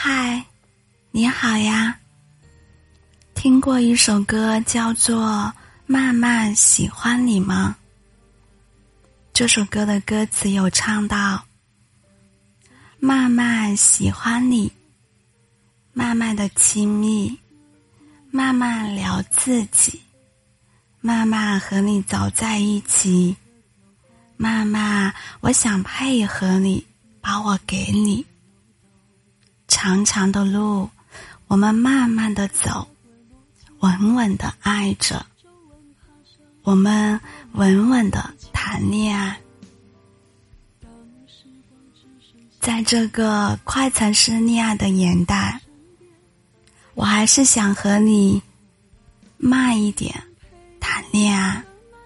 嗨，你好呀。听过一首歌叫做《慢慢喜欢你》吗？这首歌的歌词有唱到：慢慢喜欢你，慢慢的亲密，慢慢聊自己，慢慢和你走在一起，慢慢我想配合你，把我给你。长长的路，我们慢慢的走，稳稳的爱着，我们稳稳的谈恋爱。在这个快餐式恋爱的年代，我还是想和你慢一点谈恋爱。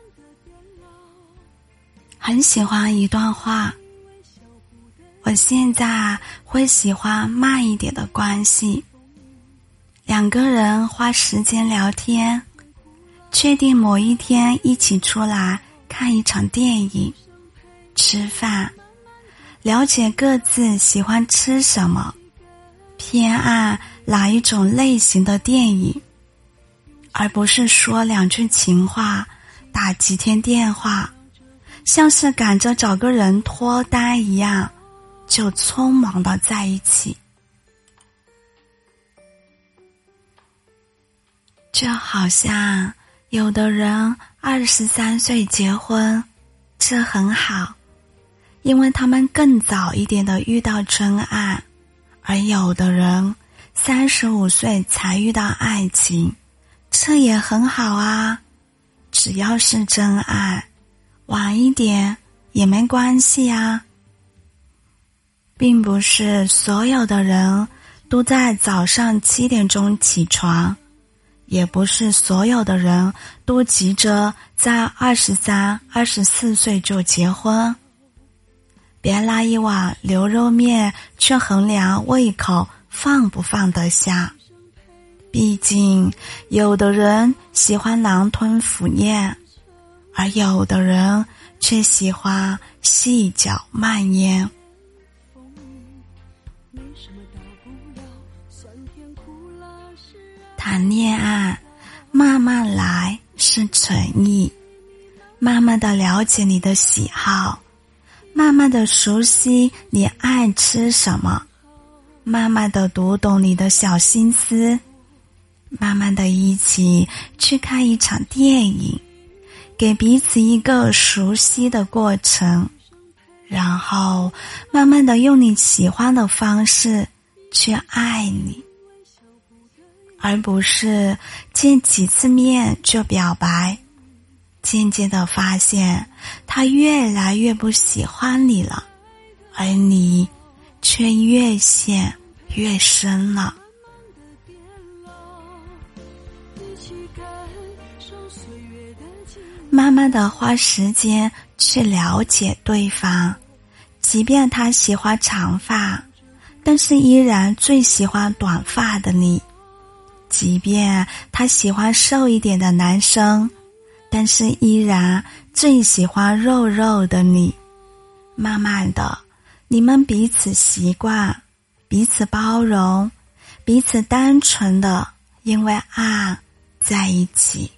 很喜欢一段话，我现在会喜欢慢一点的关系。两个人花时间聊天，确定某一天一起出来看一场电影，吃饭，了解各自喜欢吃什么，偏爱哪一种类型的电影，而不是说两句情话，打几天电话，像是赶着找个人脱单一样，就匆忙的在一起。就好像有的人23岁结婚，这很好，因为他们更早一点的遇到真爱，而有的人35岁才遇到爱情，这也很好啊，只要是真爱，晚一点也没关系啊。并不是所有的人都在早上7点钟起床，也不是所有的人都急着在23、24岁就结婚。别拿一碗牛肉面去衡量胃口放不放得下，毕竟有的人喜欢狼吞虎咽，而有的人却喜欢细嚼慢咽。谈恋爱慢慢来是诚意，慢慢的了解你的喜好，慢慢的熟悉你爱吃什么，慢慢的读懂你的小心思，慢慢的一起去看一场电影，给彼此一个熟悉的过程，然后慢慢的用你喜欢的方式去爱你，而不是见几次面就表白，渐渐地发现他越来越不喜欢你了，而你却越陷越深了。慢慢地花时间去了解对方，即便他喜欢长发，但是依然最喜欢短发的你，即便他喜欢瘦一点的男生，但是依然最喜欢肉肉的你。慢慢的，你们彼此习惯，彼此包容，彼此单纯的因为爱在一起。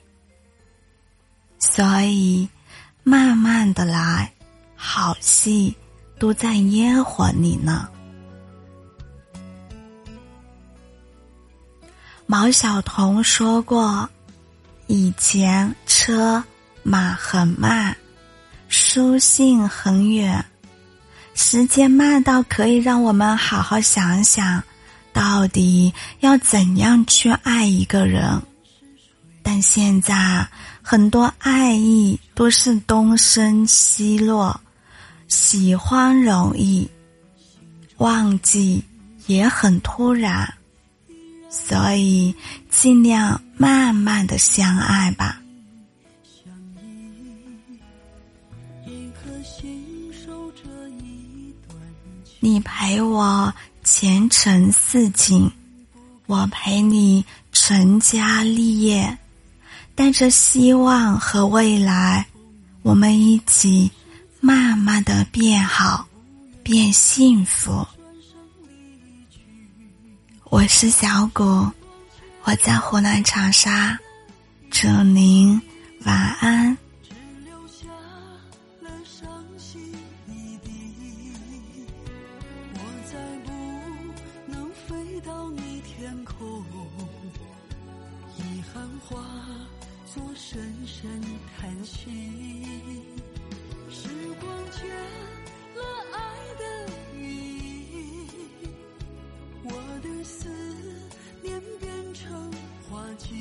所以慢慢的来，好戏都在烟火里呢。毛晓彤说过，以前车马很慢，书信很远，时间慢到可以让我们好好想想，到底要怎样去爱一个人。但现在很多爱意都是东升西落，喜欢容易，忘记也很突然，所以尽量慢慢的相爱吧。你陪我前程似锦，我陪你成家立业，带着希望和未来，我们一起慢慢的变好，变幸福。 我是小谷，我在湖南长沙，祝您晚安。 只留下了伤心一地，我再不能飞到你天空，遗憾化作深深叹息。时光渐了爱的羽翼，我的思念变成花季，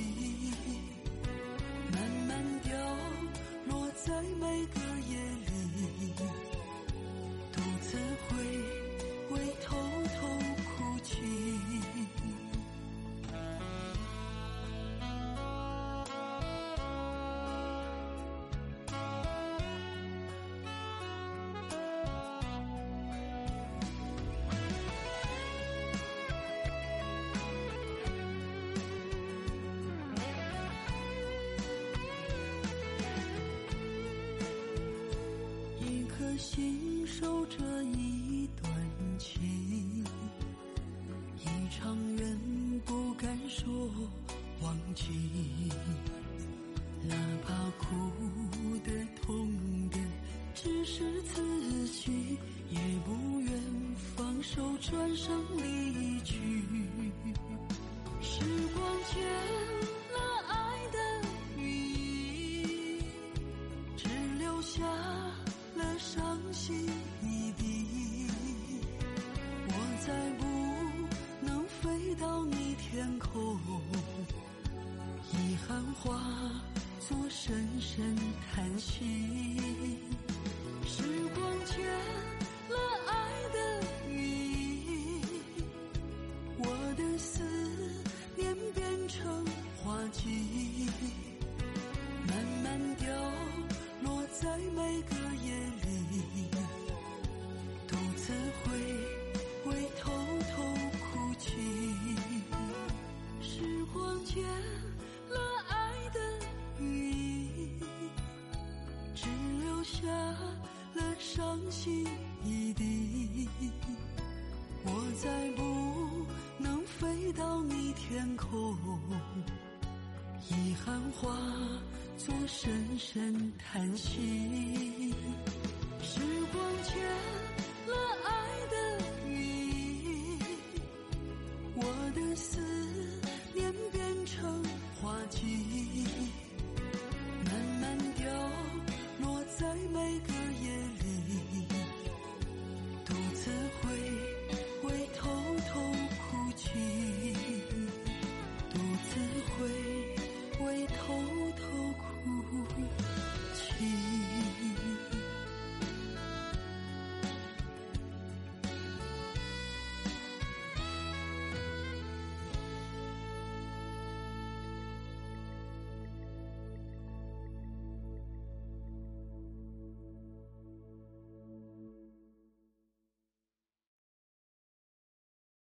慢慢掉落在每个夜里，独自会偷偷哭泣。一颗心守着一段情，一场缘不敢说忘记，哪怕哭的痛的只是自己，也不愿放手转身离去。时光渐了爱的羽翼，只留下了伤心一地，我再不能飞到你天空，遗憾化作深深叹息。时光渐了爱的羽翼，我的思念变成花季，慢慢掉落在每个夜里，独自会偷偷哭泣。时光渐了爱的羽翼，只留下了伤心一地，我再不能飞到你天空，遗憾化作深深叹息。时光渐了爱的羽翼，我的思念变成花季，慢慢掉落在每个